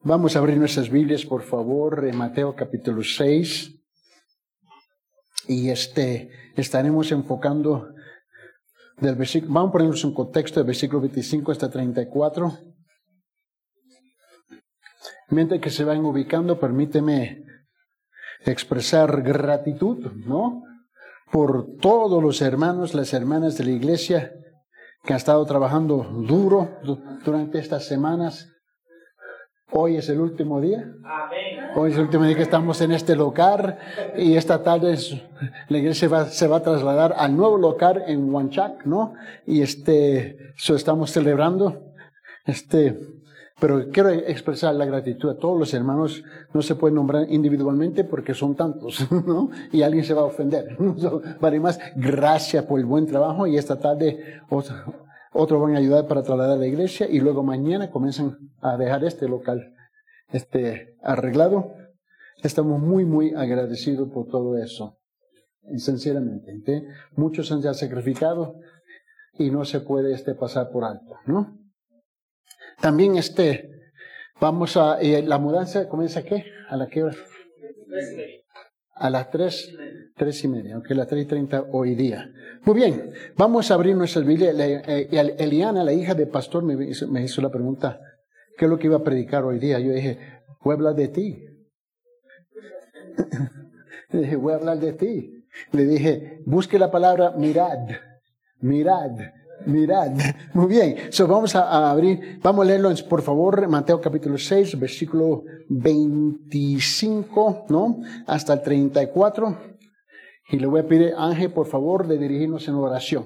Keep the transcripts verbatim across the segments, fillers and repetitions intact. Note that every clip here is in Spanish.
Vamos a abrir nuestras Biblias, por favor, en Mateo capítulo seis. Y este, estaremos enfocando del versículo, vamos a ponernos un contexto del versículo veinticinco hasta treinta y cuatro. Mientras que se van ubicando, permíteme expresar gratitud, ¿no? Por todos los hermanos, las hermanas de la iglesia que han estado trabajando duro durante estas semanas. Hoy es el último día. Hoy es el último día que estamos en este local y esta tarde es, la iglesia va, se va a trasladar al nuevo local en Huanchac, ¿no? Y este, eso estamos celebrando. Este, pero quiero expresar la gratitud a todos los hermanos. No se pueden nombrar individualmente porque son tantos, ¿no? Y alguien se va a ofender. Vale más, gracias por el buen trabajo y esta tarde otro, otros van a ayudar para trasladar a la iglesia y luego mañana comienzan a dejar este local este, arreglado. Estamos muy, muy agradecidos por todo eso. Y sinceramente, ¿sí? Muchos han ya sacrificado y no se puede este, pasar por alto, ¿no? También este, vamos a, eh, la mudanza comienza ¿a qué? ¿A la qué hora? A las tres, tres y media, aunque okay, las tres y treinta hoy día. Muy bien, vamos a abrir nuestras Biblias. Eliana, la hija del pastor, me hizo, me hizo la pregunta, ¿qué es lo que iba a predicar hoy día? Yo dije, voy a hablar de ti. Le dije, voy a hablar de ti. Le dije, busque la palabra mirad, mirad. Mirad, muy bien, so vamos a, a abrir, vamos a leerlo por favor, Mateo capítulo seis, versículo veinticinco, ¿no? Hasta el treinta y cuatro, y le voy a pedir a Ángel, por favor, de dirigirnos en oración.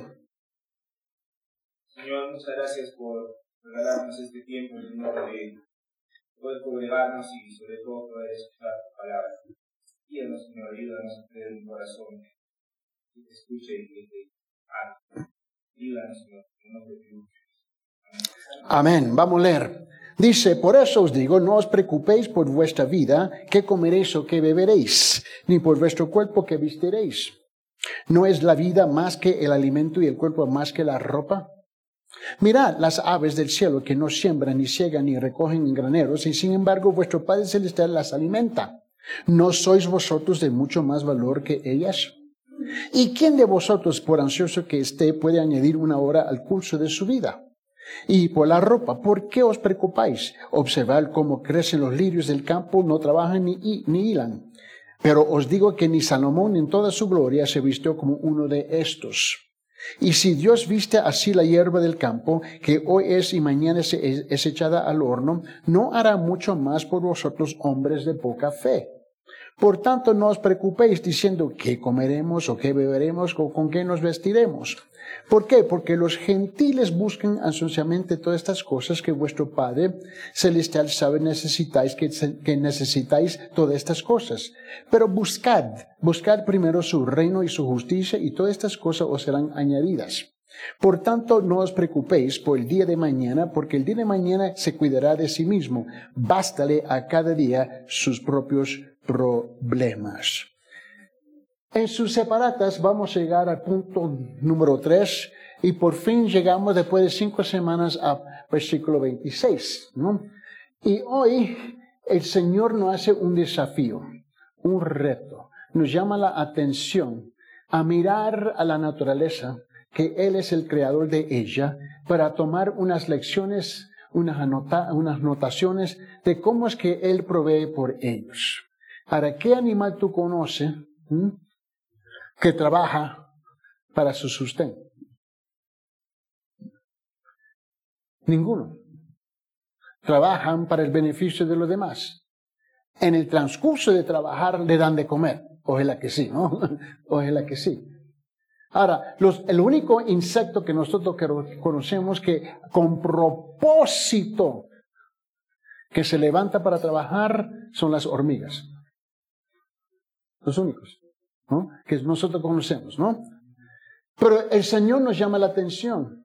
Señor, muchas gracias por regalarnos este tiempo en nombre de poder congregarnos y sobre todo poder escuchar tu palabra. Guíanos, Señor, ayúdanos a tener un corazón que te escuche y que te ame. Amén. Vamos a leer. Dice, por eso os digo, no os preocupéis por vuestra vida, qué comeréis o qué beberéis, ni por vuestro cuerpo qué vestiréis. ¿No es la vida más que el alimento y el cuerpo más que la ropa? Mirad las aves del cielo que no siembran, ni ciegan, ni recogen en graneros, y sin embargo vuestro Padre Celestial las alimenta. ¿No sois vosotros de mucho más valor que ellas? ¿Y quién de vosotros, por ansioso que esté, puede añadir una hora al curso de su vida? Y por la ropa, ¿por qué os preocupáis? Observad cómo crecen los lirios del campo, no trabajan ni, ni hilan. Pero os digo que ni Salomón en toda su gloria se vistió como uno de estos. Y si Dios viste así la hierba del campo, que hoy es y mañana es, es echada al horno, ¿no hará mucho más por vosotros, hombres de poca fe? Por tanto, no os preocupéis diciendo qué comeremos o qué beberemos o con qué nos vestiremos. ¿Por qué? Porque los gentiles buscan ansiosamente todas estas cosas que vuestro Padre Celestial sabe necesitáis, que, que necesitáis todas estas cosas. Pero buscad, buscad primero su reino y su justicia y todas estas cosas os serán añadidas. Por tanto, no os preocupéis por el día de mañana, porque el día de mañana se cuidará de sí mismo. Bástale a cada día sus propios problemas. En sus separatas vamos a llegar al punto número tres y por fin llegamos después de cinco semanas a versículo veintiséis, ¿no? Y hoy el Señor nos hace un desafío, un reto, nos llama la atención a mirar a la naturaleza, que Él es el creador de ella, para tomar unas lecciones, unas, anota, unas notaciones de cómo es que Él provee por ellos. Ahora, ¿qué animal tú conoces ¿m? que trabaja para su sustento? Ninguno. Trabajan para el beneficio de los demás. En el transcurso de trabajar le dan de comer. Ojalá que sí, ¿no? Ojalá que sí. Ahora, los, el único insecto que nosotros conocemos que con propósito que se levanta para trabajar son las hormigas. Los únicos, ¿no? Que nosotros conocemos, ¿no? Pero el Señor nos llama la atención.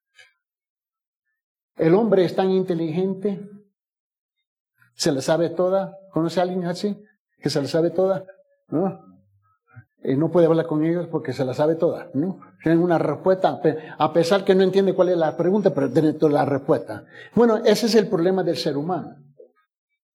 El hombre es tan inteligente, se la sabe toda. ¿Conoce a alguien así? Que se la sabe toda, ¿no? Y no puede hablar con ellos porque se la sabe toda, ¿no? Tienen una respuesta, a pesar que no entiende cuál es la pregunta, pero tiene toda la respuesta. Bueno, ese es el problema del ser humano.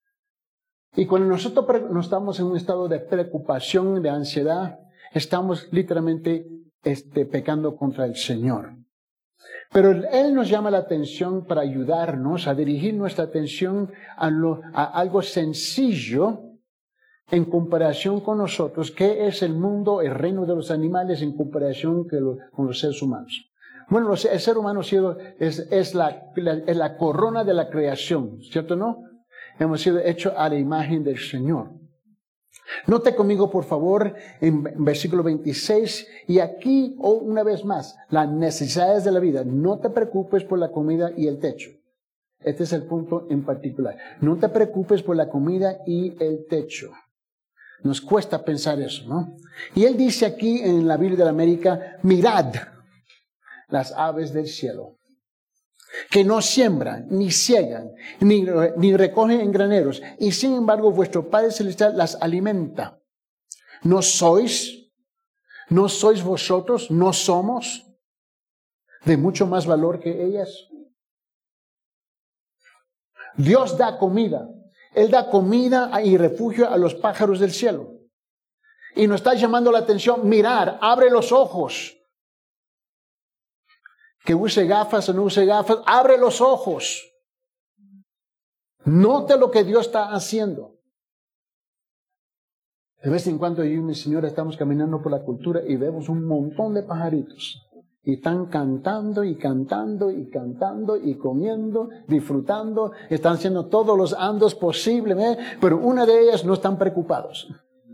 Y cuando nosotros no estamos en un estado de preocupación, de ansiedad, estamos literalmente este, pecando contra el Señor. Pero Él nos llama la atención para ayudarnos a dirigir nuestra atención a, lo, a algo sencillo en comparación con nosotros, que es el mundo, el reino de los animales en comparación que lo, con los seres humanos. Bueno, el ser humano es, es, la, la, es la corona de la creación, ¿cierto no? Hemos sido hechos a la imagen del Señor. Note conmigo, por favor, en versículo veintiséis, y aquí, oh, una vez más, las necesidades de la vida. No te preocupes por la comida y el techo. Este es el punto en particular. No te preocupes por la comida y el techo. Nos cuesta pensar eso, ¿no? Y él dice aquí en la Biblia de la América, mirad las aves del cielo, que no siembran, ni ciegan, ni, ni recogen en graneros, y sin embargo vuestro Padre Celestial las alimenta. ¿No sois, no sois vosotros, no somos de mucho más valor que ellas? Dios da comida. Él da comida y refugio a los pájaros del cielo. Y nos está llamando la atención, mirar, abre los ojos. Que use gafas o no use gafas, abre los ojos. Note lo que Dios está haciendo. De vez en cuando yo y mi señora estamos caminando por la cultura y vemos un montón de pajaritos. Y están cantando y cantando y cantando y comiendo, disfrutando. Están haciendo todos los andos posibles, ¿eh? Pero una de ellas no están preocupados.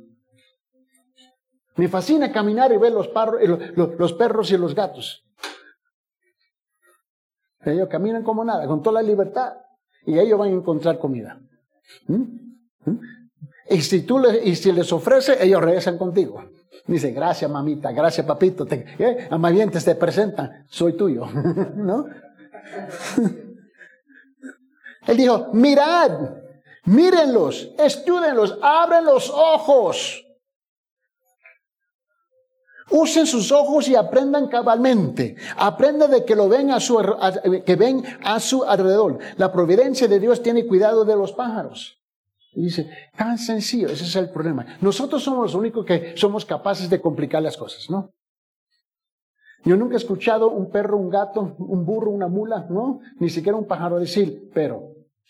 Me fascina caminar y ver los, parros, los, los perros y los gatos. Ellos caminan como nada, con toda la libertad. Y ellos van a encontrar comida. ¿Mm? ¿Mm? Y si tú les, y si les ofreces, ellos regresan contigo. Dice, gracias mamita, gracias papito. Te, ¿eh? Más bien te, te presentan, soy tuyo. ¿No? Él dijo, mirad, mírenlos, estúdenlos, abren los ojos. Usen sus ojos y aprendan cabalmente. Aprendan de que lo ven a su, a, que ven a su alrededor. La providencia de Dios tiene cuidado de los pájaros. Y dice, tan sencillo, ese es el problema. Nosotros somos los únicos que somos capaces de complicar las cosas, ¿no? Yo nunca he escuchado un perro, un gato, un burro, una mula, ¿no? Ni siquiera un pájaro decir, pero.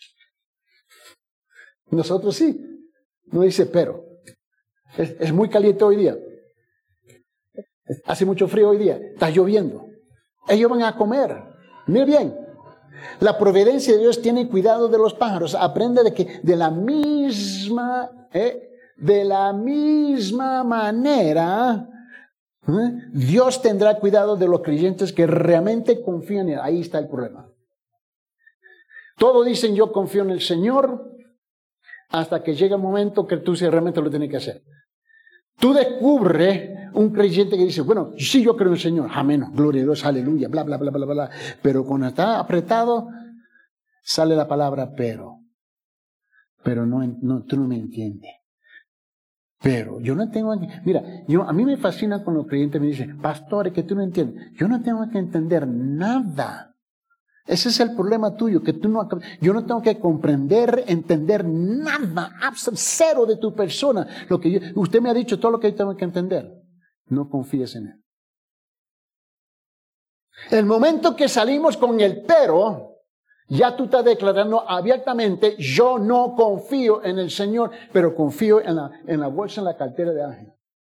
Nosotros sí. No dice, pero. Es, es muy caliente hoy día. Hace mucho frío hoy día. Está lloviendo. Ellos van a comer. Mire bien. La providencia de Dios tiene cuidado de los pájaros. Aprende de que de la misma, eh, de la misma manera, eh, Dios tendrá cuidado de los creyentes que realmente confían en Él. Ahí está el problema. Todos dicen yo confío en el Señor hasta que llega el momento que tú realmente lo tienes que hacer. Tú descubres un creyente que dice, bueno, sí, yo creo en el Señor, amén, gloria a Dios, aleluya, bla, bla, bla, bla, bla. Pero cuando está apretado, sale la palabra pero. Pero no, no tú no me entiendes. Pero yo no tengo, mira, yo, a mí me fascina cuando los creyentes me dicen, pastor, es que tú no entiendes. Yo no tengo que entender nada. Ese es el problema tuyo, que tú no, yo no tengo que comprender, entender nada, cero de tu persona. Lo que yo, usted me ha dicho todo lo que yo tengo que entender. No confíes en Él. El momento que salimos con el pero, ya tú estás declarando abiertamente, yo no confío en el Señor, pero confío en la, en la bolsa, en la cartera de Ángel.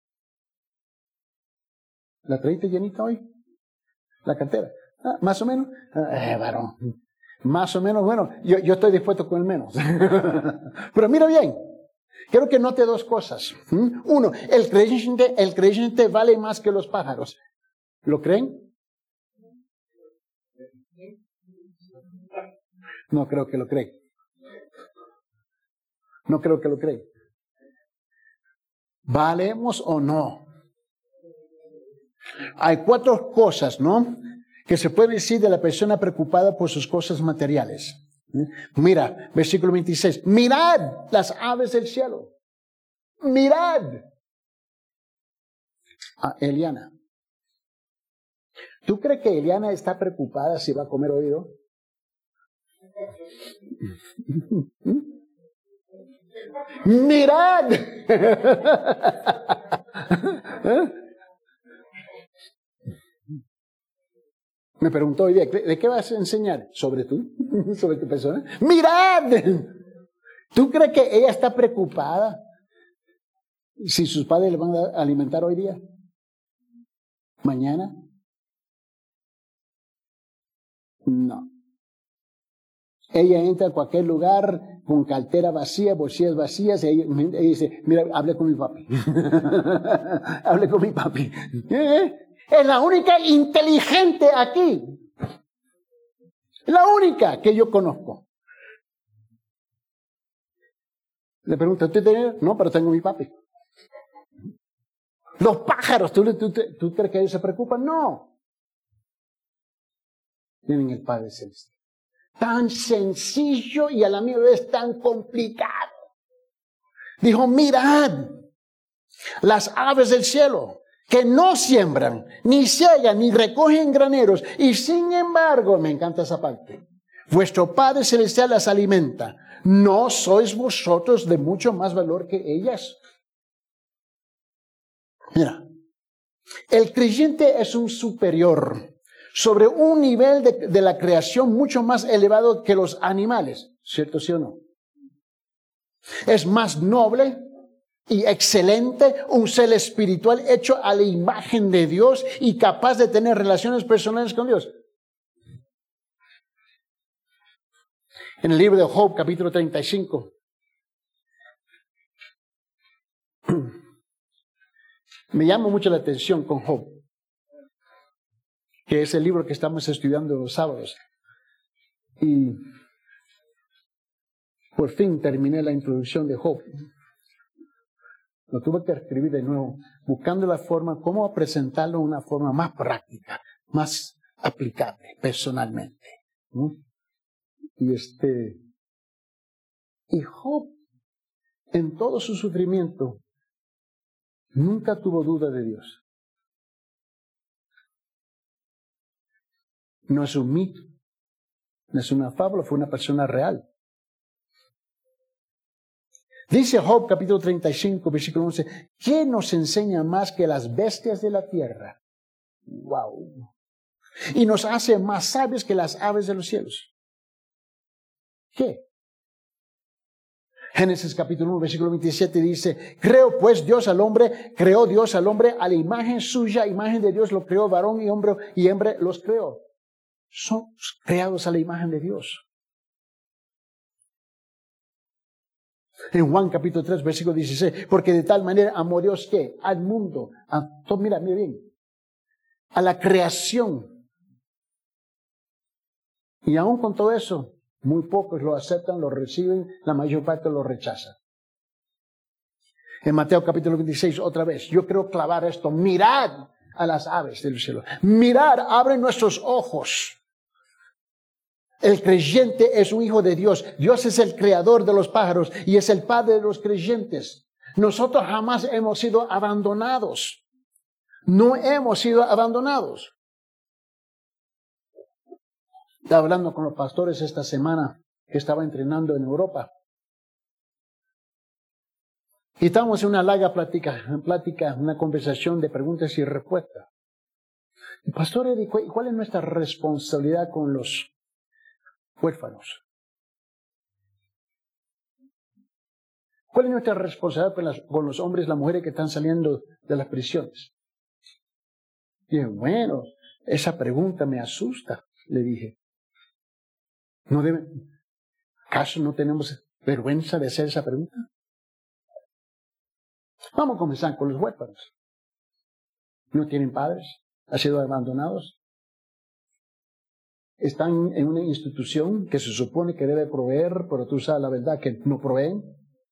¿La traíste llenita hoy? La cartera. Ah, más o menos, eh, varón, más o menos, bueno, yo, yo estoy dispuesto con el menos. Pero mira bien, quiero que note dos cosas. ¿Mm? Uno, el creyente, el creyente vale más que los pájaros. ¿Lo creen? No creo que lo creen. No creo que lo creen. ¿Valemos o no? Hay cuatro cosas, ¿no?, que se puede decir de la persona preocupada por sus cosas materiales. Mira, versículo veintiséis. Mirad las aves del cielo. Mirad. Ah, Eliana. ¿Tú crees que Eliana está preocupada si va a comer oído? Mirad. Me preguntó hoy día, ¿de qué vas a enseñar? ¿Sobre tú? ¿Sobre tu persona? ¡Mirad! ¿Tú crees que ella está preocupada si sus padres le van a alimentar hoy día? ¿Mañana? No. Ella entra a cualquier lugar con cartera vacía, bolsillas vacías, y ella, ella dice, mira, hable con mi papi. Hable con mi papi. ¿Eh? Es la única inteligente aquí. La única que yo conozco. Le pregunto, ¿usted tiene? No, pero tengo mi papi. Los pájaros, ¿tú, tú, tú, ¿tú crees que ellos se preocupan? No. Tienen el Padre Celestial. Tan sencillo y a la misma vez tan complicado. Dijo, mirad las aves del cielo, que no siembran, ni ciegan, ni recogen graneros, y sin embargo, me encanta esa parte, vuestro Padre Celestial las alimenta. ¿No sois vosotros de mucho más valor que ellas? Mira, el creyente es un superior sobre un nivel de, de la creación mucho más elevado que los animales, ¿cierto sí o no? Es más noble y excelente, un ser espiritual hecho a la imagen de Dios y capaz de tener relaciones personales con Dios. En el libro de Job, capítulo treinta y cinco, me llama mucho la atención con Job, que es el libro que estamos estudiando los sábados. Y por fin terminé la introducción de Job. Lo tuve que escribir de nuevo, buscando la forma, cómo presentarlo de una forma más práctica, más aplicable personalmente. ¿No? Y este, y Job, en todo su sufrimiento, nunca tuvo duda de Dios. No es un mito, no es una fábula, fue una persona real. Dice Job capítulo treinta y cinco, versículo once, ¿qué nos enseña más que las bestias de la tierra? ¡Wow! Y nos hace más sabios que las aves de los cielos. ¿Qué? Génesis capítulo uno, versículo veintisiete dice, creo pues Dios al hombre, creó Dios al hombre a la imagen suya, imagen de Dios lo creó, varón y hombre y hembra los creó. Son creados a la imagen de Dios. En Juan capítulo tres, versículo dieciséis, porque de tal manera amó Dios que al mundo, a todo, mira, mira bien, a la creación. Y aún con todo eso, muy pocos lo aceptan, lo reciben, la mayor parte lo rechaza. En Mateo capítulo veintiséis, otra vez, yo quiero clavar esto, mirad a las aves del cielo, mirad, abre nuestros ojos. El creyente es un hijo de Dios. Dios es el creador de los pájaros y es el padre de los creyentes. Nosotros jamás hemos sido abandonados. No hemos sido abandonados. Estaba hablando con los pastores esta semana que estaba entrenando en Europa. Y estábamos en una larga plática, plática, una conversación de preguntas y respuestas. El pastor dijo, ¿cuál es nuestra responsabilidad con los huérfanos? ¿Cuál es nuestra responsabilidad con, las, con los hombres y las mujeres que están saliendo de las prisiones? Y dije, bueno, esa pregunta me asusta, le dije. ¿No debe, ¿Acaso no tenemos vergüenza de hacer esa pregunta? Vamos a comenzar con los huérfanos. ¿No tienen padres? ¿Han sido abandonados? Están en una institución que se supone que debe proveer, pero tú sabes la verdad que no proveen.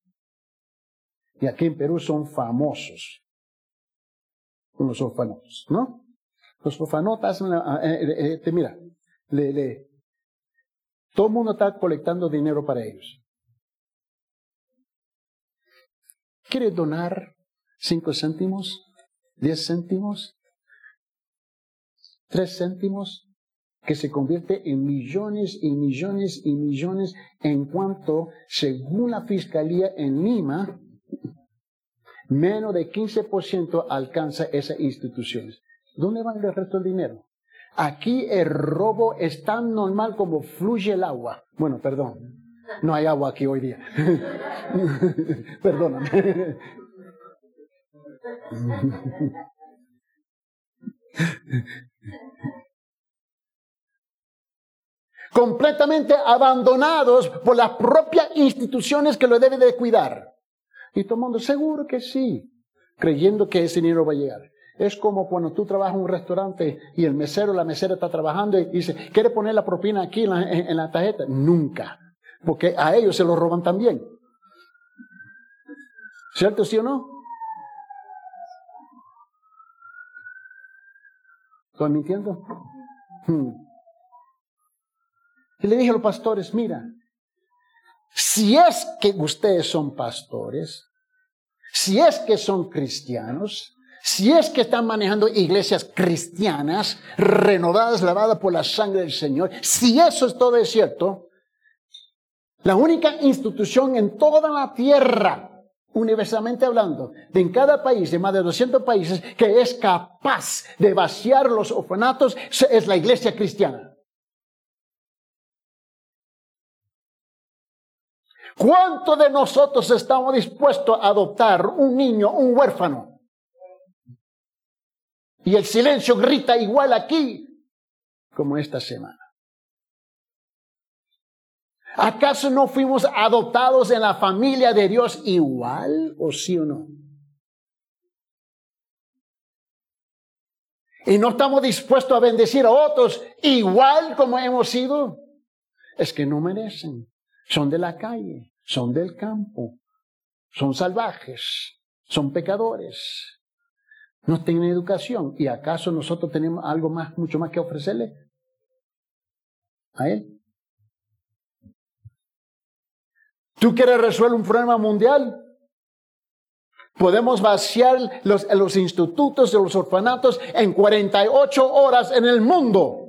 Y aquí en Perú son famosos con los orfanotas, ¿no? Los orfanotas, eh, eh, mira, le, le, todo el mundo está colectando dinero para ellos. ¿Quiere donar cinco céntimos, diez céntimos, tres céntimos? que se convierte en millones y millones y millones en cuanto, según la Fiscalía en Lima, menos de quince por ciento alcanza esas instituciones. ¿Dónde va el resto del dinero? Aquí el robo es tan normal como fluye el agua. Bueno, perdón. No hay agua aquí hoy día. Perdóname. Completamente abandonados por las propias instituciones que lo deben de cuidar. Y todo el mundo seguro que sí, creyendo que ese dinero va a llegar. Es como cuando tú trabajas en un restaurante y el mesero, la mesera está trabajando y dice, ¿quiere poner la propina aquí en la, en, en la tarjeta? Nunca, porque a ellos se lo roban también. ¿Cierto, sí o no? ¿Estoy mintiendo? Hmm. Y le dije a los pastores, mira, si es que ustedes son pastores, si es que son cristianos, si es que están manejando iglesias cristianas, renovadas, lavadas por la sangre del Señor, si eso es todo es cierto, la única institución en toda la tierra, universalmente hablando, de en cada país, de más de doscientos países, que es capaz de vaciar los orfanatos, es la iglesia cristiana. ¿Cuántos de nosotros estamos dispuestos a adoptar un niño, un huérfano? Y el silencio grita igual aquí como esta semana. ¿Acaso no fuimos adoptados en la familia de Dios igual, o sí o no? Y no estamos dispuestos a bendecir a otros igual como hemos sido. Es que no merecen. Son de la calle, son del campo, son salvajes, son pecadores. No tienen educación. ¿Y acaso nosotros tenemos algo más, mucho más que ofrecerle a él? ¿Tú quieres resolver un problema mundial? Podemos vaciar los, los institutos de los orfanatos en cuarenta y ocho horas en el mundo.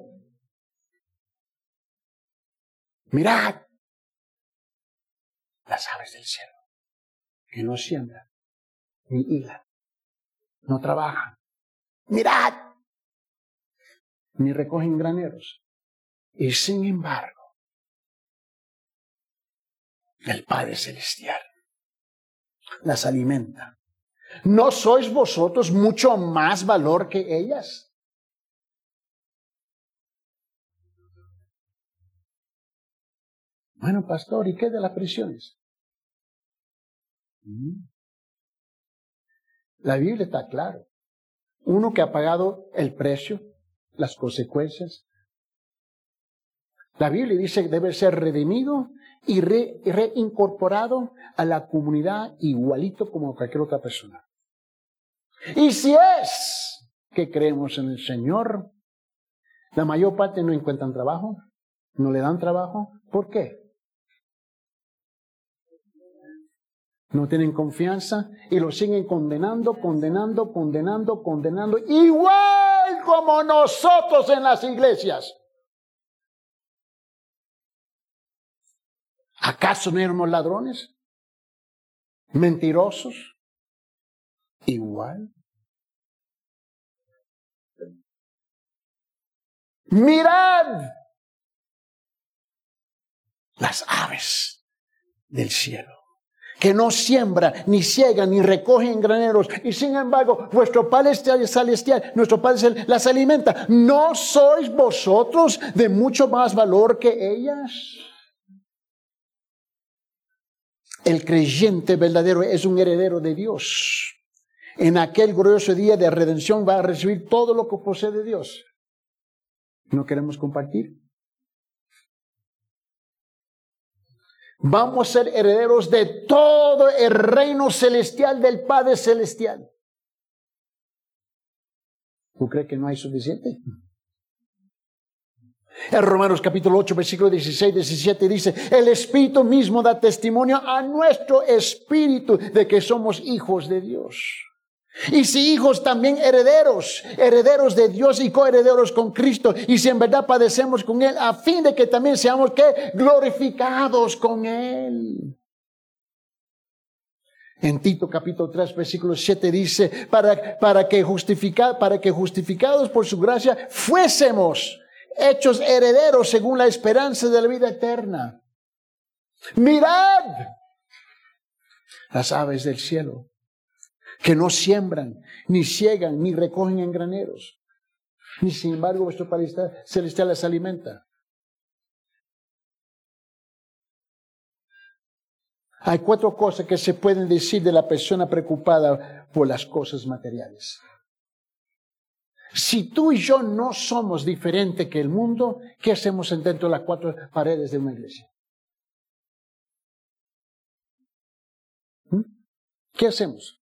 Mirad las aves del cielo, que no siembran ni hilan, no trabajan. Mirad, ni recogen graneros. Y sin embargo, el Padre Celestial las alimenta. ¿No sois vosotros mucho más valor que ellas? Bueno, pastor, ¿y qué de las prisiones? La Biblia está claro. Uno que ha pagado el precio, las consecuencias. La Biblia dice que debe ser redimido y re, reincorporado a la comunidad igualito como cualquier otra persona. Y si es que creemos en el Señor, la mayor parte no encuentran trabajo, no le dan trabajo. ¿Por qué? No tienen confianza y lo siguen condenando, condenando, condenando, condenando, igual como nosotros en las iglesias. ¿Acaso no éramos ladrones? ¿Mentirosos? Igual. Mirad las aves del cielo, que no siembra, ni ciega, ni recoge en graneros, y sin embargo, vuestro Padre Celestial, nuestro Padre Celestial, las alimenta. ¿No sois vosotros de mucho más valor que ellas? El creyente verdadero es un heredero de Dios. En aquel glorioso día de redención va a recibir todo lo que posee de Dios. ¿No queremos compartir? Vamos a ser herederos de todo el reino celestial del Padre Celestial. ¿Tú crees que no hay suficiente? En Romanos capítulo ocho, versículo dieciséis, diecisiete dice, el Espíritu mismo da testimonio a nuestro espíritu de que somos hijos de Dios. Y si hijos, también herederos, herederos de Dios y coherederos con Cristo. Y si en verdad padecemos con Él, a fin de que también seamos, ¿qué? Glorificados con Él. En Tito capítulo tres, versículo siete dice, para, para, que justifica, para que justificados por su gracia fuésemos hechos herederos según la esperanza de la vida eterna. Mirad las aves del cielo, que no siembran, ni ciegan, ni recogen en graneros, ni sin embargo vuestro Padre celestial las alimenta. Hay cuatro cosas que se pueden decir de la persona preocupada por las cosas materiales. Si tú y yo no somos diferentes que el mundo, ¿qué hacemos dentro de las cuatro paredes de una iglesia? ¿Mm? ¿Qué hacemos?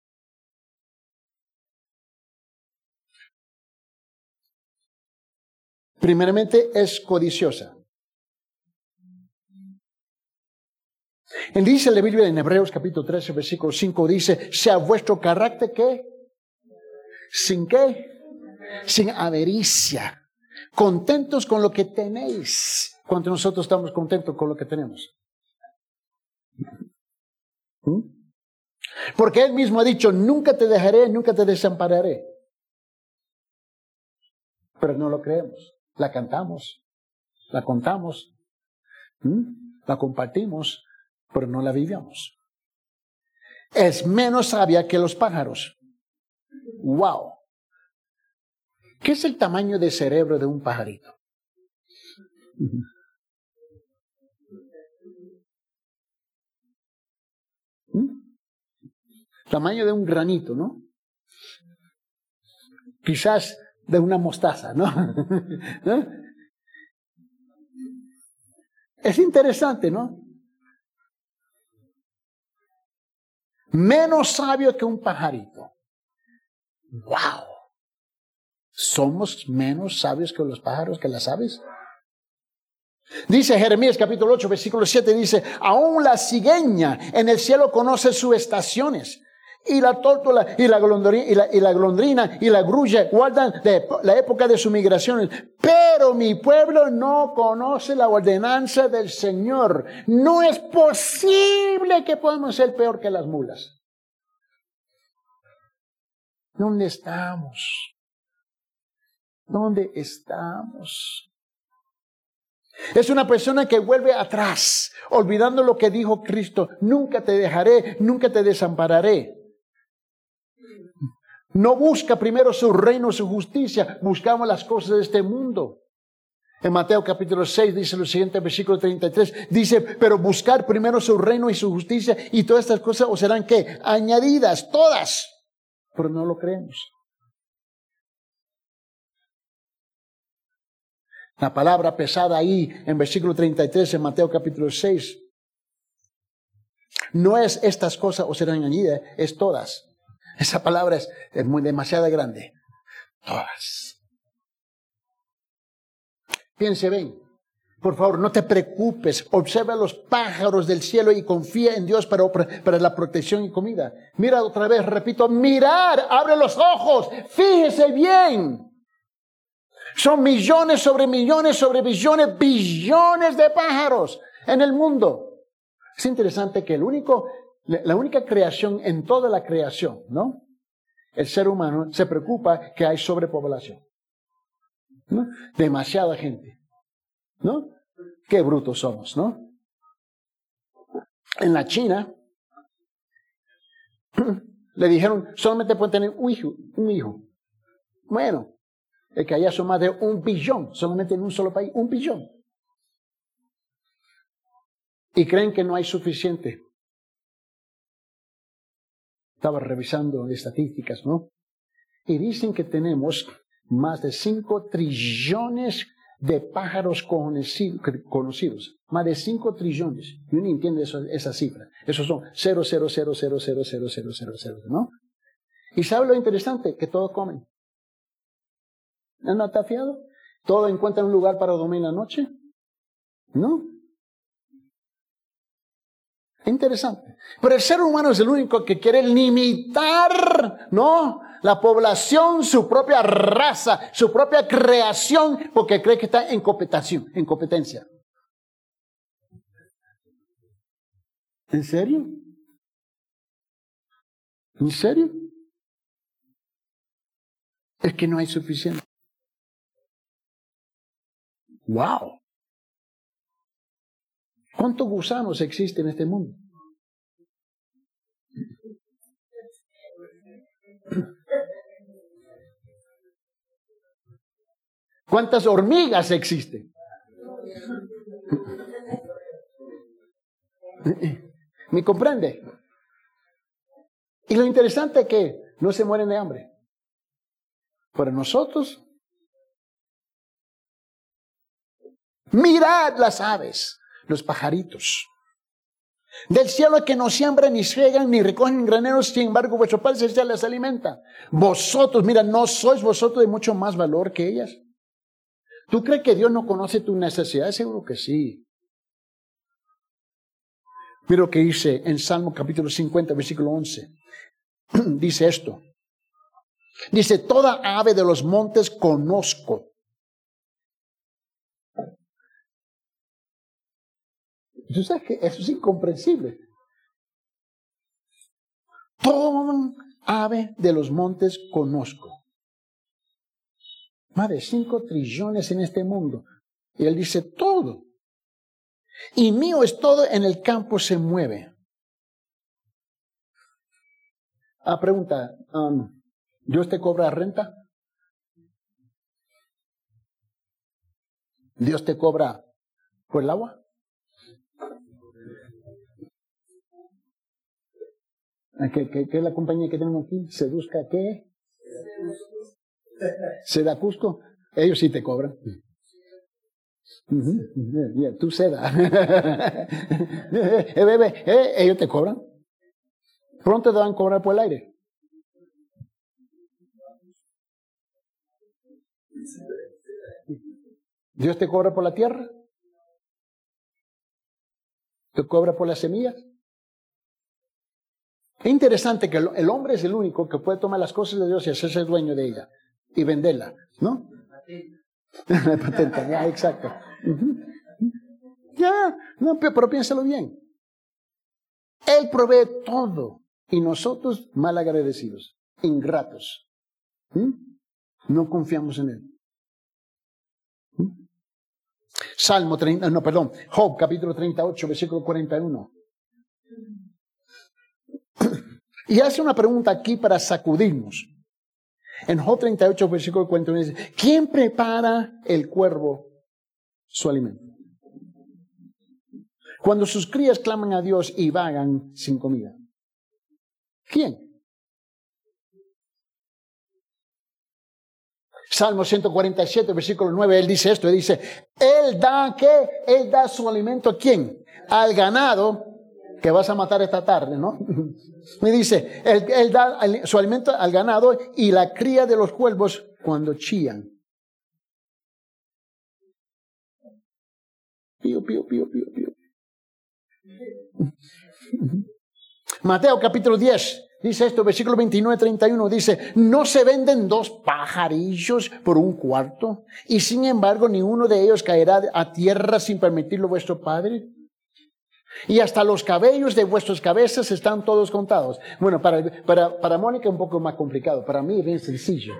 Primeramente, es codiciosa. En dice la Biblia en Hebreos capítulo trece, versículo cinco, dice, sea vuestro carácter, ¿qué? ¿Sin qué? Sin avaricia. Contentos con lo que tenéis. ¿Cuántos nosotros estamos contentos con lo que tenemos? ¿Mm? Porque Él mismo ha dicho, nunca te dejaré, nunca te desampararé. Pero no lo creemos. La cantamos, la contamos, ¿Mm? la compartimos, pero no la vivimos. Es menos sabia que los pájaros. ¡Wow! ¿Qué es el tamaño de cerebro de un pajarito? ¿Mm? Tamaño de un granito, ¿no? Quizás de una mostaza, ¿no? ¿No? Es interesante, ¿no? Menos sabio que un pajarito. ¡Wow! ¿Somos menos sabios que los pájaros, que las aves? Dice Jeremías capítulo ocho, versículo siete, dice, aún la cigüeña en el cielo conoce sus estaciones, y la tórtola y la golondrina y la, y la, golondrina, y la grulla guardan de la época de sus migraciones, pero mi pueblo no conoce la ordenanza del Señor. No es posible que podamos ser peor que las mulas. ¿Dónde estamos? ¿Dónde estamos? Es una persona que vuelve atrás, olvidando lo que dijo Cristo. Nunca te dejaré, nunca te desampararé. No busca primero su reino, su justicia. Buscamos las cosas de este mundo. En Mateo capítulo seis dice lo siguiente, versículo treinta y tres. Dice, pero buscar primero su reino y su justicia, y todas estas cosas os serán, ¿qué? Añadidas, todas. Pero no lo creemos. La palabra pesada ahí en versículo treinta y tres en Mateo capítulo seis. No es estas cosas os serán añadidas, es todas. Esa palabra es, es muy demasiado grande. Todas. Piense bien. Por favor, no te preocupes. Observa los pájaros del cielo y confía en Dios para, para la protección y comida. Mira otra vez, repito, mirar, abre los ojos, fíjese bien. Son millones sobre millones sobre billones, billones de pájaros en el mundo. Es interesante que el único, la única creación en toda la creación, ¿no? El ser humano se preocupa que hay sobrepoblación, ¿no? Demasiada gente, ¿no? Qué brutos somos, ¿no? En la China le dijeron solamente pueden tener un hijo, un hijo. Bueno, es que allá son más de un billón, solamente en un solo país, un billón. Y creen que no hay suficiente. Estaba revisando estadísticas, ¿no? Y dicen que tenemos más de cinco trillones de pájaros conocidos. Más de cinco trillones. Y uno entiende eso, esa cifra. Esos son cero, cero, cero, cero, cero, cero, cero, cero, cero, ¿no? Y ¿sabe lo interesante? Que todos comen. ¿No está fiado? ¿Todos encuentran un lugar para dormir en la noche? ¿No? Interesante. Pero el ser humano es el único que quiere limitar, ¿no?, la población, su propia raza, su propia creación, porque cree que está en competencia, en competencia. ¿En serio? ¿En serio? Es que no hay suficiente. ¡Wow! ¿Cuántos gusanos existen en este mundo? ¿Cuántas hormigas existen? ¿Me comprende? Y lo interesante es que no se mueren de hambre. Pero nosotros, mirad las aves, los pajaritos. Del cielo que no siembran, ni ciegan, ni recogen graneros, sin embargo vuestro Padre Celestial les alimenta. Vosotros, mira, ¿no sois vosotros de mucho más valor que ellas? ¿Tú crees que Dios no conoce tu necesidad? Seguro que sí. Mira lo que dice en Salmo capítulo cincuenta, versículo once. Dice esto. Dice, toda ave de los montes conozco. ¿Tú sabes que eso es incomprensible? Toda ave de los montes conozco. Más de cinco trillones en este mundo. Y él dice todo. Y mío es todo, en el campo se mueve. Ah, pregunta, um, ¿Dios te cobra renta? ¿Dios te cobra por el agua? ¿Qué, qué, qué es la compañía que tenemos aquí? ¿Seduzca qué? ¿Seda Cusco? Ellos sí te cobran. Uh-huh. Yeah, yeah, tú seda. eh, bebé, eh, ellos te cobran. Pronto te van a cobrar por el aire. ¿Dios te cobra por la tierra? ¿Te cobra por las semillas? Es interesante que el hombre es el único que puede tomar las cosas de Dios y hacerse dueño de ella y venderla, ¿no? Patente, ya, exacto. Uh-huh. Ya, no, pero piénsalo bien. Él provee todo y nosotros mal agradecidos, ingratos. ¿Mm? No confiamos en él. ¿Mm? Salmo treinta, no, perdón, Job capítulo treinta y ocho, versículo cuarenta y uno. Y hace una pregunta aquí para sacudirnos. En Job treinta y ocho, versículo cuarenta y uno dice, ¿quién prepara el cuervo su alimento? Cuando sus crías claman a Dios y vagan sin comida. ¿Quién? Salmo ciento cuarenta y siete, versículo nueve, él dice esto, él dice, él da, ¿qué? Él da su alimento, ¿a quién? Al ganado que vas a matar esta tarde, ¿no? Me dice, él, él da su alimento al ganado y la cría de los cuervos cuando chían. Pío, pío, pío, pío, pío. Mateo capítulo diez, dice esto, versículo veintinueve, treinta y uno, dice, ¿no se venden dos pajarillos por un cuarto? Y sin embargo, ni uno de ellos caerá a tierra sin permitirlo vuestro Padre. Y hasta los cabellos de vuestras cabezas están todos contados. Bueno, para, para, para Mónica es un poco más complicado. Para mí es bien sencillo.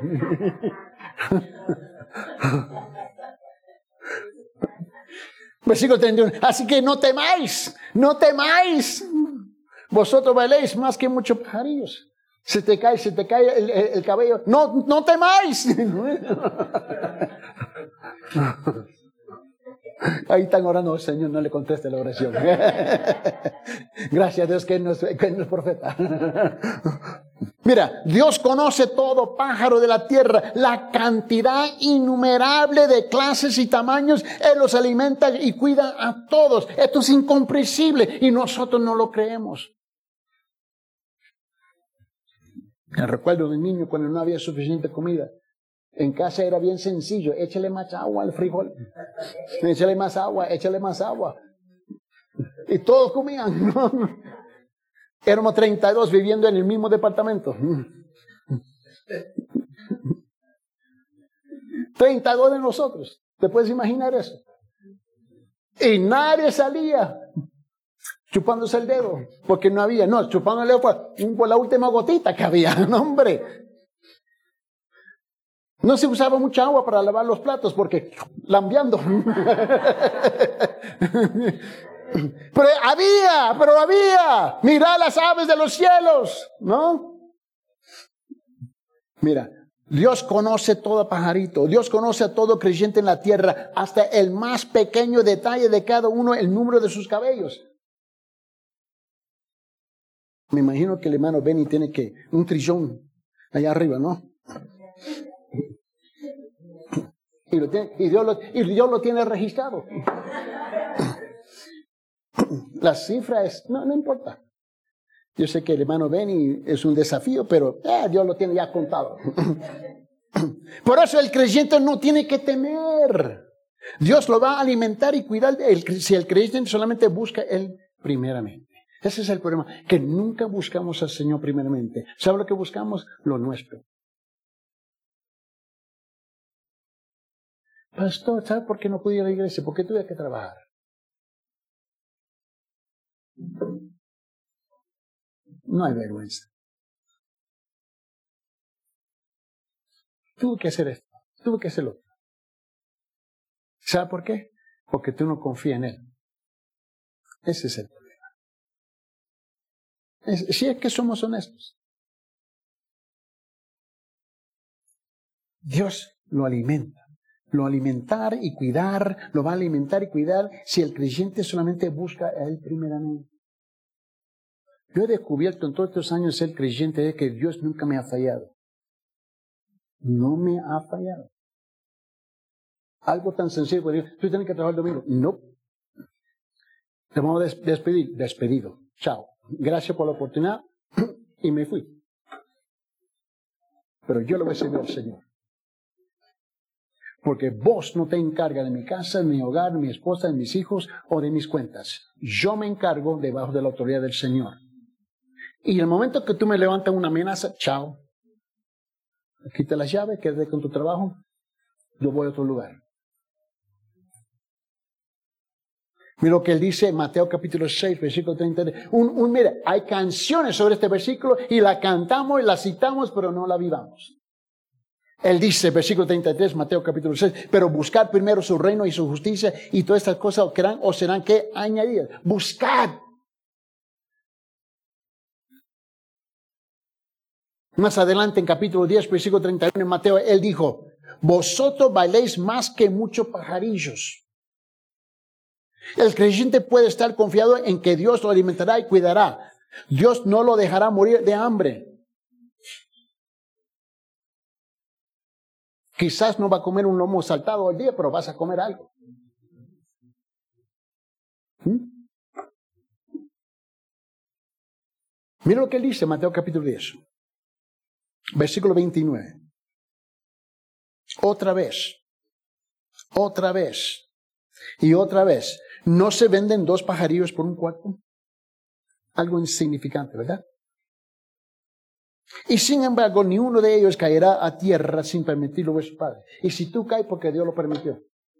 Versículo treinta y uno. Así que no temáis, no temáis. Vosotros valéis más que muchos pajarillos. Se te cae, se te cae el, el, el cabello. No, no temáis. Ahí están orando, oh, Señor, no le conteste la oración. Gracias a Dios que Él no es, que Él no es profeta. Mira, Dios conoce todo pájaro de la tierra, la cantidad innumerable de clases y tamaños. Él los alimenta y cuida a todos. Esto es incomprensible y nosotros no lo creemos. Me recuerdo de niño cuando no había suficiente comida. En casa era bien sencillo, échale más agua al frijol, échale más agua, échale más agua. Y todos comían. Éramos treinta y dos viviendo en el mismo departamento. treinta y dos de nosotros. ¿Te puedes imaginar eso? Y nadie salía chupándose el dedo, porque no había, no, chupando el dedo por, por la última gotita que había, no, hombre. No se usaba mucha agua para lavar los platos, porque lambeando. Pero había, pero había. Mira las aves de los cielos, ¿no? Mira, Dios conoce todo pajarito, Dios conoce a todo creyente en la tierra, hasta el más pequeño detalle de cada uno, el número de sus cabellos. Me imagino que el hermano Benny tiene que un trillón allá arriba, ¿no? Y, lo tiene, y, Dios lo, y Dios lo tiene registrado. La cifra es, no, no importa. Yo sé que el hermano Benny es un desafío, pero eh, Dios lo tiene ya contado. Por eso el creyente no tiene que temer. Dios lo va a alimentar y cuidar. El, si el creyente solamente busca Él primeramente. Ese es el problema, que nunca buscamos al Señor primeramente. ¿Sabe lo que buscamos? Lo nuestro. Pastor, ¿sabe por qué no pude ir a la iglesia? Porque tuve que trabajar. No hay vergüenza. Tuve que hacer esto, tuve que hacer lo otro. ¿Sabe por qué? Porque tú no confías en Él. Ese es el problema. Es, si es que somos honestos. Dios lo alimenta. Lo alimentar y cuidar, lo va a alimentar y cuidar si el creyente solamente busca a Él primeramente. Yo he descubierto en todos estos años ser creyente de que Dios nunca me ha fallado. No me ha fallado. Algo tan sencillo como decir, tú tienes que trabajar el domingo. No. Te vamos a des- despedir. Despedido. Chao. Gracias por la oportunidad. Y me fui. Pero yo lo voy a servir al Señor. Porque vos no te encargas de mi casa, de mi hogar, de mi esposa, de mis hijos o de mis cuentas. Yo me encargo debajo de la autoridad del Señor. Y el momento que tú me levantas una amenaza, chao. Quita las llaves, quédate con tu trabajo. Yo voy a otro lugar. Mira lo que él dice en Mateo capítulo seis, versículo treinta y tres. Un, un, mira, hay canciones sobre este versículo y la cantamos y la citamos, pero no la vivamos. Él dice, versículo treinta y tres, Mateo capítulo seis, pero buscad primero su reino y su justicia y todas estas cosas os serán, o serán que añadidas. Buscad. Más adelante en capítulo diez, versículo treinta y uno, en Mateo, él dijo, vosotros bailéis más que muchos pajarillos. El creyente puede estar confiado en que Dios lo alimentará y cuidará. Dios no lo dejará morir de hambre. Quizás no va a comer un lomo saltado al día, pero vas a comer algo. ¿Mm? Mira lo que él dice, Mateo capítulo diez, versículo veintinueve. Otra vez, otra vez y otra vez. ¿No se venden dos pajarillos por un cuarto? Algo insignificante, ¿verdad? Y sin embargo, ni uno de ellos caerá a tierra sin permitirlo vuestro Padre. Y si tú caes, porque Dios lo permitió.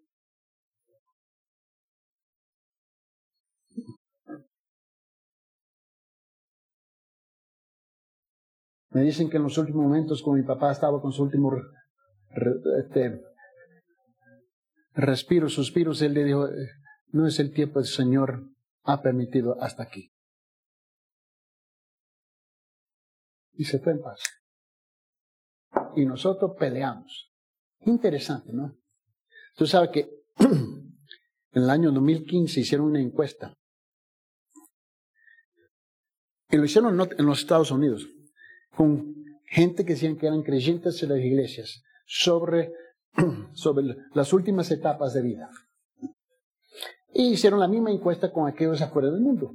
Me dicen que en los últimos momentos, cuando mi papá estaba con su último re, re, este, respiro, suspiros, él le dijo, no es el tiempo, el Señor ha permitido hasta aquí. Y se fue en paz. Y nosotros peleamos. Interesante, ¿no? Tú sabes que en el año dos mil quince hicieron una encuesta. Y lo hicieron en los Estados Unidos. Con gente que decían que eran creyentes en las iglesias. Sobre, sobre las últimas etapas de vida. Y hicieron la misma encuesta con aquellos afuera del mundo.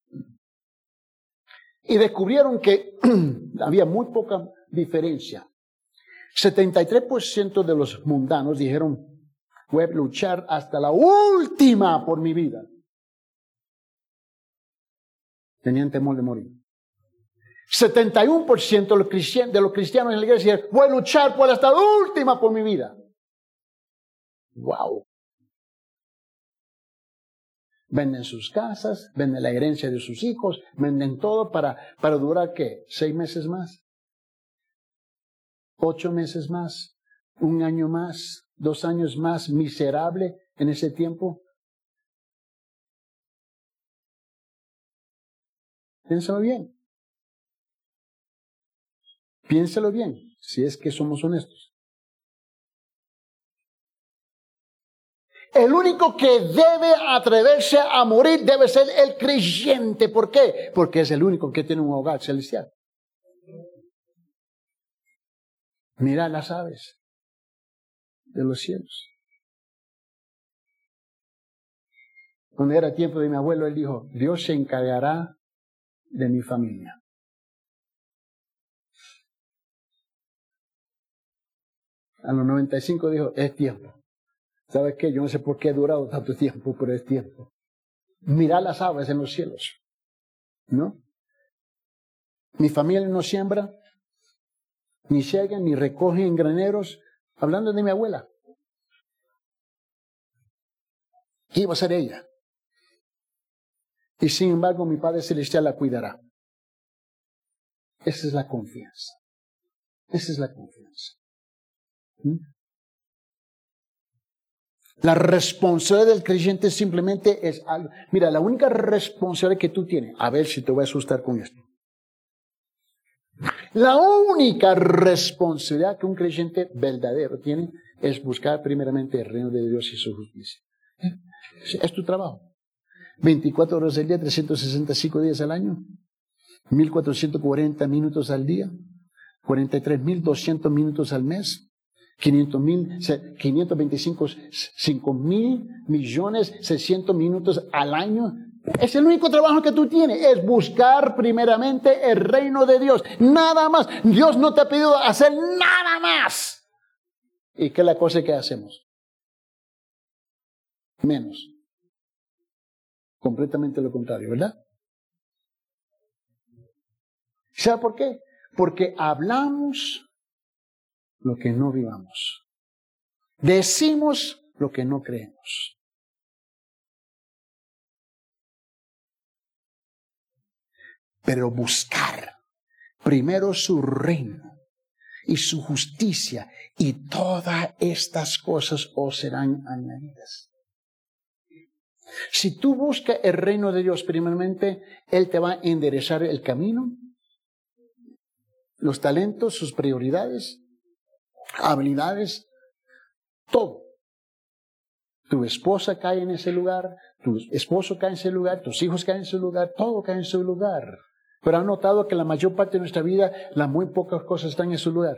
Y descubrieron que había muy poca diferencia. setenta y tres por ciento de los mundanos dijeron, voy a luchar hasta la última por mi vida. Tenían temor de morir. setenta y uno por ciento de los cristianos, de los cristianos en la iglesia decían, voy a luchar por hasta la última por mi vida. Wow. Venden sus casas, venden la herencia de sus hijos, venden todo para, para durar, ¿qué? ¿Seis meses más? ¿Ocho meses más? ¿Un año más? ¿Dos años más miserable en ese tiempo? Piénsalo bien. Piénsalo bien, si es que somos honestos. El único que debe atreverse a morir debe ser el creyente. ¿Por qué? Porque es el único que tiene un hogar celestial. Mira las aves de los cielos. Cuando era tiempo de mi abuelo, él dijo, Dios se encargará de mi familia. A los noventa y cinco dijo, es tiempo. ¿Sabes qué? Yo no sé por qué he durado tanto tiempo, pero es tiempo. Mirá las aves en los cielos. ¿No? Mi familia no siembra, ni ciega, ni recoge en graneros. Hablando de mi abuela. ¿Qué iba a hacer ella? Y sin embargo, mi Padre Celestial la cuidará. Esa es la confianza. Esa es la confianza. ¿Mm? La responsabilidad del creyente simplemente es algo. Mira, la única responsabilidad que tú tienes, a ver si te voy a asustar con esto. La única responsabilidad que un creyente verdadero tiene es buscar primeramente el reino de Dios y su justicia. Es tu trabajo. veinticuatro horas al día, trescientos sesenta y cinco días al año, mil cuatrocientos cuarenta minutos al día, cuarenta y tres mil doscientos minutos al mes. quinientos veinticinco mil millones seiscientos minutos al año. Es el único trabajo que tú tienes, es buscar primeramente el reino de Dios. Nada más. Dios no te ha pedido hacer nada más. ¿Y qué es la cosa que hacemos? Menos. Completamente lo contrario, ¿verdad? ¿Sabe por qué? Porque hablamos lo que no vivamos. Decimos lo que no creemos. Pero buscar primero su reino y su justicia, y todas estas cosas os serán añadidas. Si tú buscas el reino de Dios primeramente, Él te va a enderezar el camino, los talentos, sus prioridades, habilidades, todo. Tu esposa cae en ese lugar, tu esposo cae en ese lugar, tus hijos caen en ese lugar, todo cae en su lugar. Pero han notado que la mayor parte de nuestra vida, las muy pocas cosas están en su lugar.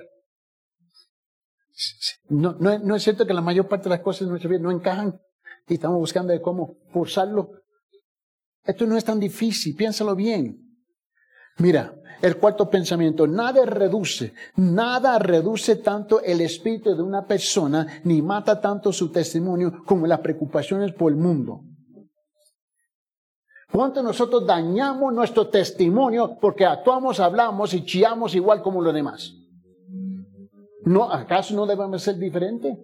No, no, no es cierto que la mayor parte de las cosas de nuestra vida no encajan y estamos buscando de cómo forzarlo. Esto no es tan difícil, piénsalo bien. Mira, el cuarto pensamiento, nada reduce, nada reduce tanto el espíritu de una persona, ni mata tanto su testimonio como las preocupaciones por el mundo. ¿Cuánto nosotros dañamos nuestro testimonio porque actuamos, hablamos y chillamos igual como los demás? ¿No, acaso no debemos ser diferentes?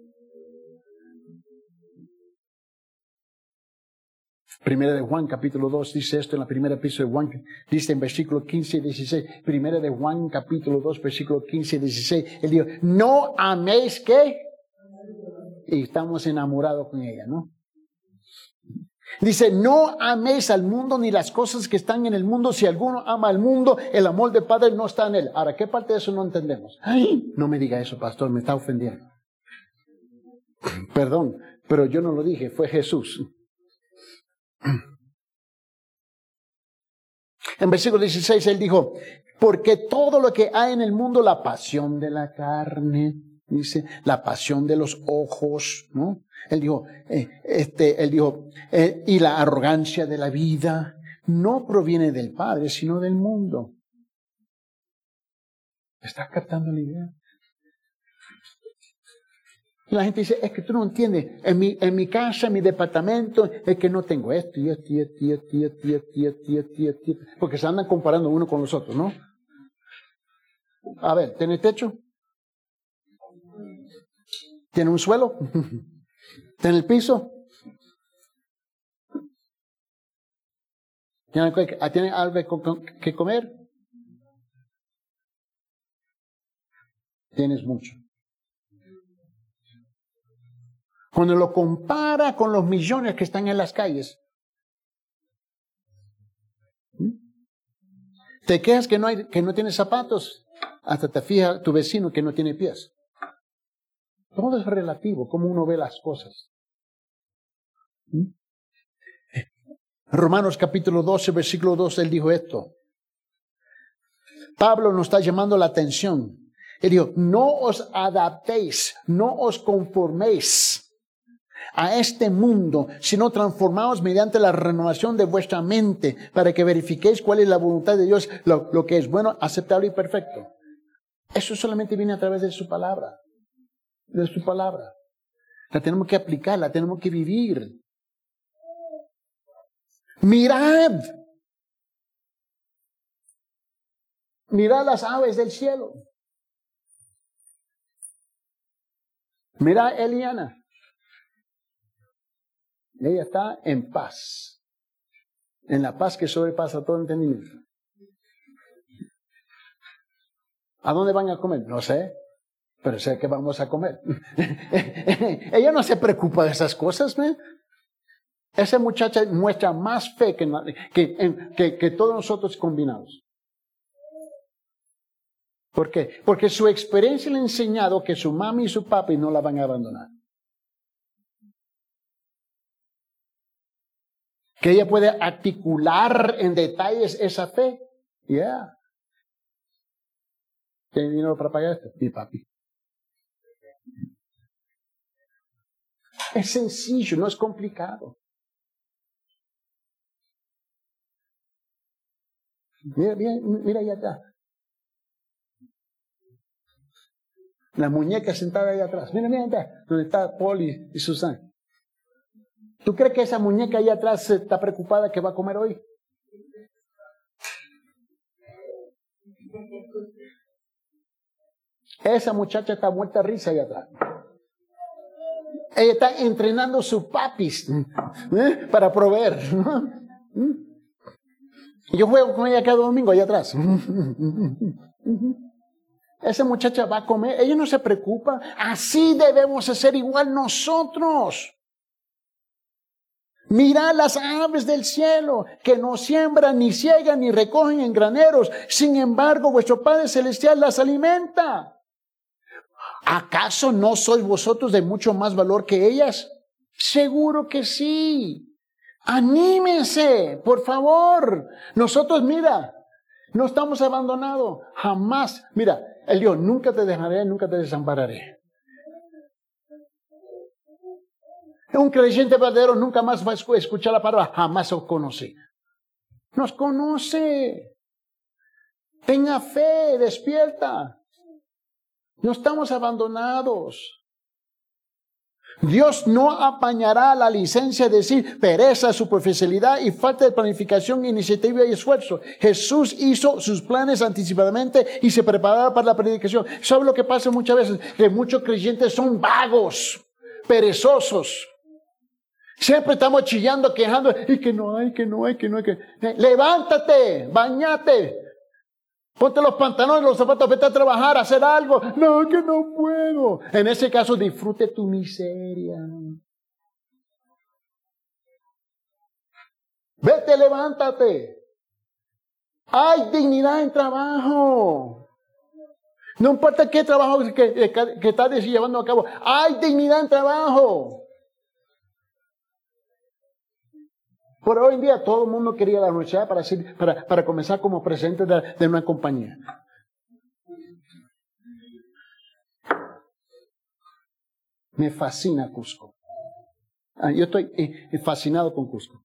Primera de Juan, capítulo dos, dice esto en la primera epístola de Juan, dice en versículo quince y dieciséis, Primera de Juan, capítulo dos, versículo quince y dieciséis, él dijo, no améis ¿qué? Y estamos enamorados con ella, ¿no? Dice, no améis al mundo ni las cosas que están en el mundo. Si alguno ama al mundo, el amor del Padre no está en él. Ahora, ¿qué parte de eso no entendemos? Ay, no me diga eso, pastor, me está ofendiendo. Perdón, pero yo no lo dije, fue Jesús. En versículo dieciséis, él dijo, porque todo lo que hay en el mundo, la pasión de la carne, dice, la pasión de los ojos, ¿no? Él dijo, eh, este, él dijo, eh, y la arrogancia de la vida no proviene del Padre, sino del mundo. ¿Estás captando la idea? Y la gente dice, es que tú no entiendes, en mi, en mi casa, en mi departamento, es que no tengo esto y esto y esto y esto y esto y esto y esto y esto y esto y esto. Porque se andan comparando uno con los otros, ¿no? A ver, ¿tiene techo? ¿Tiene un suelo? ¿Tiene el piso? ¿Tiene, ¿tiene algo que comer? Tienes mucho. Cuando lo compara con los millones que están en las calles, te quejas que no hay, que no tienes zapatos, hasta te fija tu vecino que no tiene pies. Todo es relativo, como uno ve las cosas. Romanos capítulo doce, versículo dos, él dijo esto. Pablo nos está llamando la atención. Él dijo, no os adaptéis, no os conforméis a este mundo, sino transformaos mediante la renovación de vuestra mente, para que verifiquéis cuál es la voluntad de Dios, lo, lo que es bueno, aceptable y perfecto. Eso solamente viene a través de su palabra. De su palabra. La tenemos que aplicar, la tenemos que vivir. Mirad. Mirad las aves del cielo. Mirad a Eliana. Ella está en paz. En la paz que sobrepasa todo entendimiento. ¿A dónde van a comer? No sé. Pero sé que vamos a comer. Ella no se preocupa de esas cosas, ¿no? Esa muchacha muestra más fe que, que, que, que todos nosotros combinados. ¿Por qué? Porque su experiencia le ha enseñado que su mami y su papi no la van a abandonar. Que ella puede articular en detalles esa fe. Ya. Yeah. ¿Tiene dinero para pagar esto? Mi papi. Es sencillo, no es complicado. Mira, mira, mira allá atrás. La muñeca sentada allá atrás. Mira, mira allá, donde está Paul y, y Susan. ¿Tú crees que esa muñeca allá atrás está preocupada que va a comer hoy? Esa muchacha está muerta de risa allá atrás. Ella está entrenando sus papis, ¿eh? Para proveer. Yo juego con ella cada domingo allá atrás. Esa muchacha va a comer, ella no se preocupa. Así debemos hacer igual nosotros. Mirad las aves del cielo, que no siembran, ni ciegan, ni recogen en graneros. Sin embargo, vuestro Padre Celestial las alimenta. ¿Acaso no sois vosotros de mucho más valor que ellas? Seguro que sí. Anímense, por favor. Nosotros, mira, no estamos abandonados. Jamás. Mira, el Dios, nunca te dejaré, nunca te desampararé. Un creyente verdadero nunca más va a escuchar la palabra, jamás os conocí. Nos conoce. Tenga fe, despierta. No estamos abandonados. Dios no apañará la licencia de decir pereza, superficialidad y falta de planificación, iniciativa y esfuerzo. Jesús hizo sus planes anticipadamente y se preparaba para la predicación. ¿Sabe lo que pasa muchas veces? Que muchos creyentes son vagos, perezosos. Siempre estamos chillando, quejando, y que no hay, que no hay, que no hay, que... Levántate, bañate. Ponte los pantalones, los zapatos, vete a trabajar, a hacer algo. No, que no puedo. En ese caso, disfrute tu miseria. Vete, levántate. Hay dignidad en trabajo. No importa qué trabajo que, que, que estás llevando a cabo. Hay dignidad en trabajo. Por hoy en día todo el mundo quería la universidad para, decir, para, para comenzar como presidente de, de una compañía. Me fascina Cusco. Ah, yo estoy eh, fascinado con Cusco.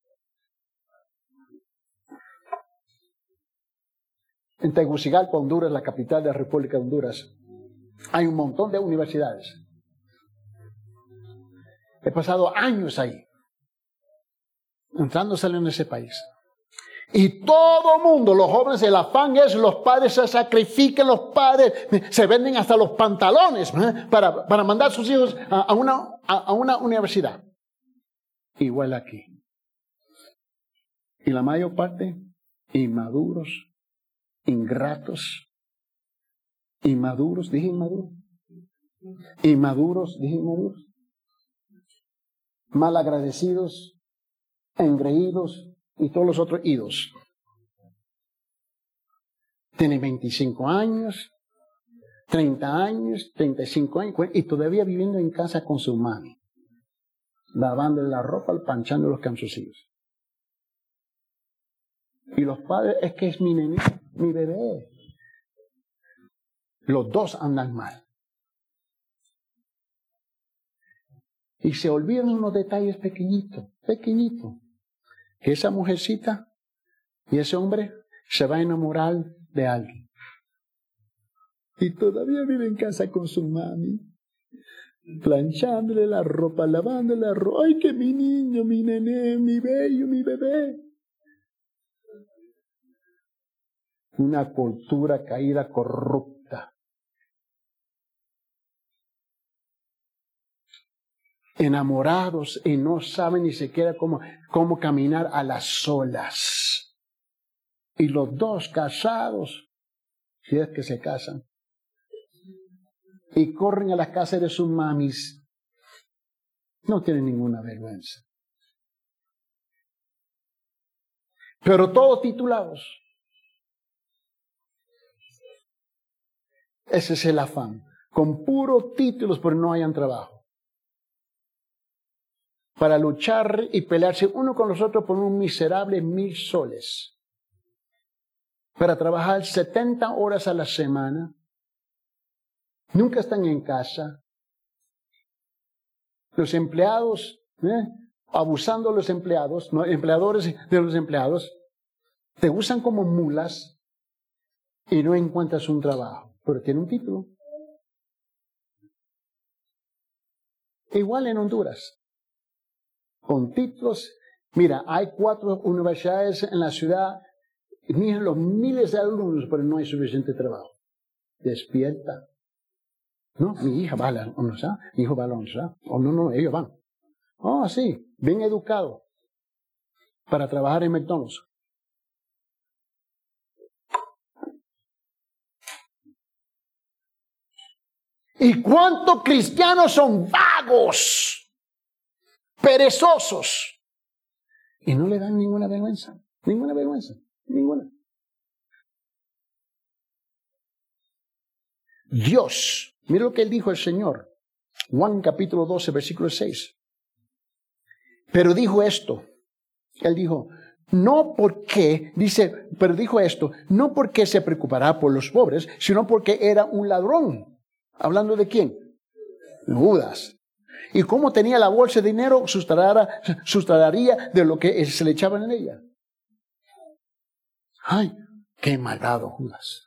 En Tegucigalpa, Honduras, la capital de la República de Honduras, hay un montón de universidades. He pasado años ahí, entrando y saliendo de ese país. Y todo el mundo, los jóvenes, el afán es, los padres se sacrifican, los padres se venden hasta los pantalones ¿eh? para, para mandar a sus hijos a, a, una, a, a una universidad. Igual aquí. Y la mayor parte, inmaduros, ingratos, inmaduros, dije inmaduros, inmaduros, dije inmaduros, malagradecidos, engreídos y todos los otros idos. Tienen veinticinco años, treinta años, treinta y cinco años y todavía viviendo en casa con su mami, lavándole la ropa, planchando los calzoncillos. Y los padres, es que es mi nene, mi bebé. Los dos andan mal. Y se olvidan unos detalles pequeñitos, pequeñitos. Que esa mujercita y ese hombre se va a enamorar de alguien. Y todavía vive en casa con su mami, planchándole la ropa, lavándole la ropa. ¡Ay, que mi niño, mi nené, mi bello, mi bebé! Una cultura caída corrupta. Enamorados y no saben ni siquiera cómo, cómo caminar a las solas. Y los dos casados, si es que se casan, y corren a las casas de sus mamis, no tienen ninguna vergüenza. Pero todos titulados. Ese es el afán. Con puros títulos, pero no hayan trabajo. Para luchar y pelearse uno con los otros por un miserable mil soles. Para trabajar setenta horas a la semana. Nunca están en casa. Los empleados, ¿eh? abusando de los empleados, ¿no? empleadores de los empleados, te usan como mulas y no encuentras un trabajo. Pero tiene un título. Igual en Honduras. Con títulos. Mira, hay cuatro universidades en la ciudad. Miren los miles de alumnos, pero no hay suficiente trabajo. Despierta. No, mi hija va a la universidad. Mi hijo va a la universidad. Oh, no, no, ellos van. Oh, sí, bien educado. Para trabajar en McDonald's. ¿Y cuántos cristianos son vagos, perezosos? Y no le dan ninguna vergüenza, ninguna vergüenza, ninguna. Dios, mira lo que él dijo el Señor, Juan capítulo doce, versículo seis. Pero dijo esto, él dijo, no porque, dice, pero dijo esto, no porque se preocupará por los pobres, sino porque era un ladrón. ¿Hablando de quién? Judas. Y como tenía la bolsa de dinero, sustraería de lo que se le echaban en ella. ¡Ay, qué malvado Judas!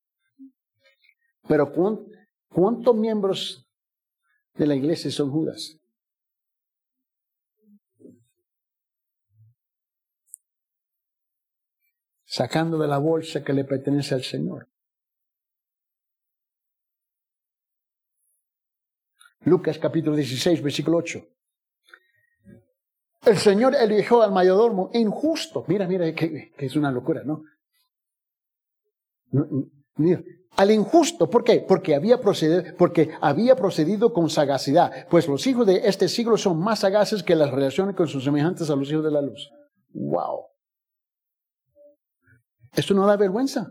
Pero ¿cuántos miembros de la iglesia son Judas? Sacando de la bolsa que le pertenece al Señor. Lucas capítulo dieciséis, versículo ocho. El Señor eligió al mayordomo injusto. Mira, mira, que, que es una locura, ¿no? Mira, al injusto, ¿por qué? Porque había procedido, porque había procedido con sagacidad. Pues los hijos de este siglo son más sagaces que las relaciones con sus semejantes a los hijos de la luz. ¡Wow! ¿Esto no da vergüenza?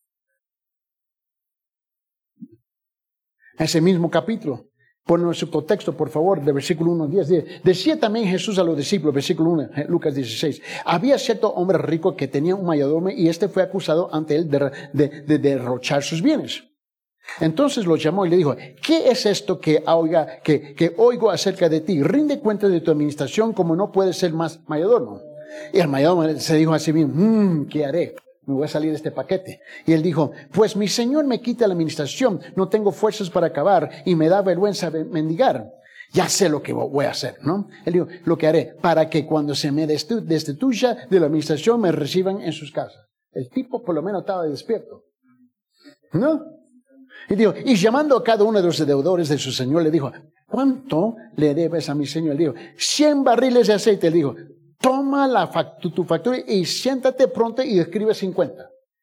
Ese mismo capítulo. Por nuestro contexto, por favor, de versículo uno, diez, diez. Decía también Jesús a los discípulos, versículo uno, Lucas dieciséis. Había cierto hombre rico que tenía un mayordomo y este fue acusado ante él de, de, de derrochar sus bienes. Entonces lo llamó y le dijo, ¿qué es esto que, oiga, que, que oigo acerca de ti? Rinde cuenta de tu administración como no puedes ser más mayordomo. Y el mayordomo se dijo a sí mismo, mmm, ¿qué haré? Me voy a salir de este paquete. Y él dijo, pues mi señor me quita la administración, no tengo fuerzas para acabar y me da vergüenza mendigar. Ya sé lo que voy a hacer, ¿no? Él dijo, lo que haré para que cuando se me destitu- destituya de la administración me reciban en sus casas. El tipo por lo menos estaba despierto, ¿no? Y dijo, y llamando a cada uno de los deudores de su señor, le dijo, ¿cuánto le debes a mi señor? Le dijo, cien barriles de aceite. Le dijo, toma la factu- tu factura y siéntate pronto y escribe cincuenta.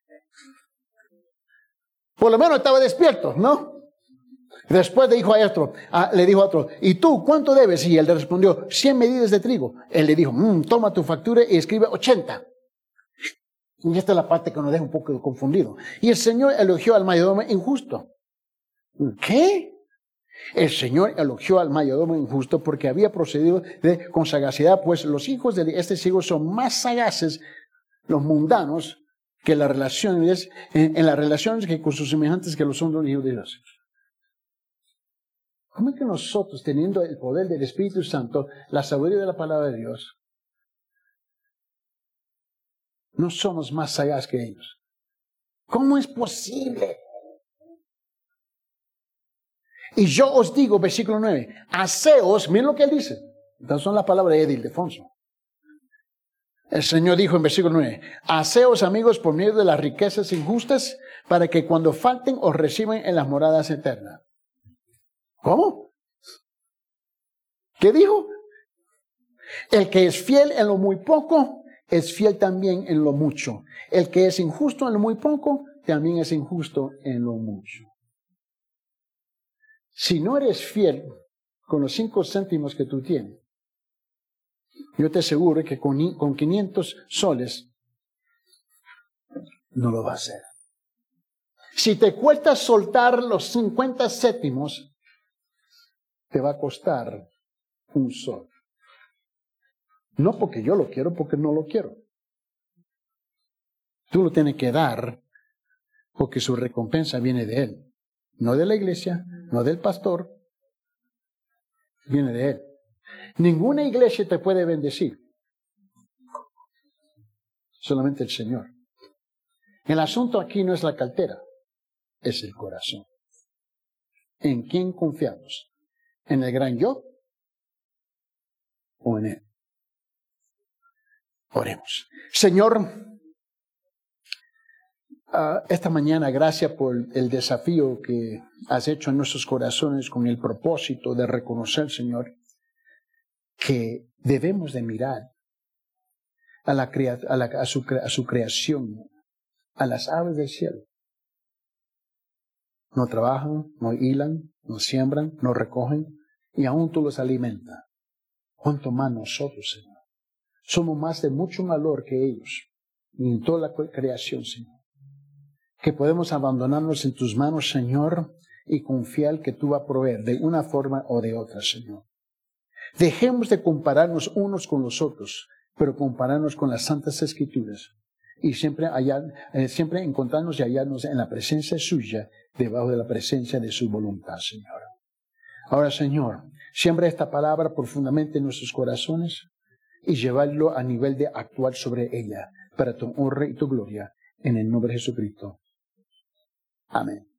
Por lo menos estaba despierto, ¿no? Después le dijo a otro, a, le dijo a otro, ¿y tú cuánto debes? Y él le respondió, cien medidas de trigo. Él le dijo, mmm, toma tu factura y escribe ochenta. Y esta es la parte que nos deja un poco confundido. Y el Señor elogió al mayordomo injusto. ¿Qué? El Señor elogió al mayordomo injusto porque había procedido de, con sagacidad, pues los hijos de este siglo son más sagaces, los mundanos, que las relaciones, en, en las relaciones que con sus semejantes que los son los hijos de Dios. ¿Cómo es que nosotros, teniendo el poder del Espíritu Santo, la sabiduría de la palabra de Dios, no somos más sagaces que ellos? ¿Cómo es posible? Y yo os digo, versículo nueve, haceos, miren lo que él dice. Estas son las palabras de Edil Defonso. El Señor dijo en versículo nueve, haceos amigos por medio de las riquezas injustas, para que cuando falten os reciban en las moradas eternas. ¿Cómo? ¿Qué dijo? El que es fiel en lo muy poco, es fiel también en lo mucho. El que es injusto en lo muy poco, también es injusto en lo mucho. Si no eres fiel con los cinco céntimos que tú tienes, yo te aseguro que con, con quinientos soles no lo va a hacer. Si te cuesta soltar los cincuenta céntimos, te va a costar un sol. No porque yo lo quiero, porque no lo quiero. Tú lo tienes que dar porque su recompensa viene de Él. No de la iglesia, no del pastor, viene de Él. Ninguna iglesia te puede bendecir. Solamente el Señor. El asunto aquí no es la cartera, es el corazón. ¿En quién confiamos? ¿En el gran yo o en Él? Oremos. Señor, uh, esta mañana gracias por el desafío que has hecho en nuestros corazones con el propósito de reconocer, Señor, que debemos de mirar a, la crea- a, la, a, su, a su creación, a las aves del cielo. No trabajan, no hilan, no siembran, no recogen, y aún tú los alimentas. ¿Cuánto más nosotros, Señor? Somos más de mucho valor que ellos, y en toda la creación, Señor. Que podemos abandonarnos en tus manos, Señor, y confiar que tú vas a proveer de una forma o de otra, Señor. Dejemos de compararnos unos con los otros, pero compararnos con las Santas Escrituras. Y siempre, hallar, eh, siempre encontrarnos y hallarnos en la presencia suya, debajo de la presencia de su voluntad, Señor. Ahora, Señor, siembra esta palabra profundamente en nuestros corazones y llevarlo a nivel de actuar sobre ella, para tu honra y tu gloria, en el nombre de Jesucristo. Amén.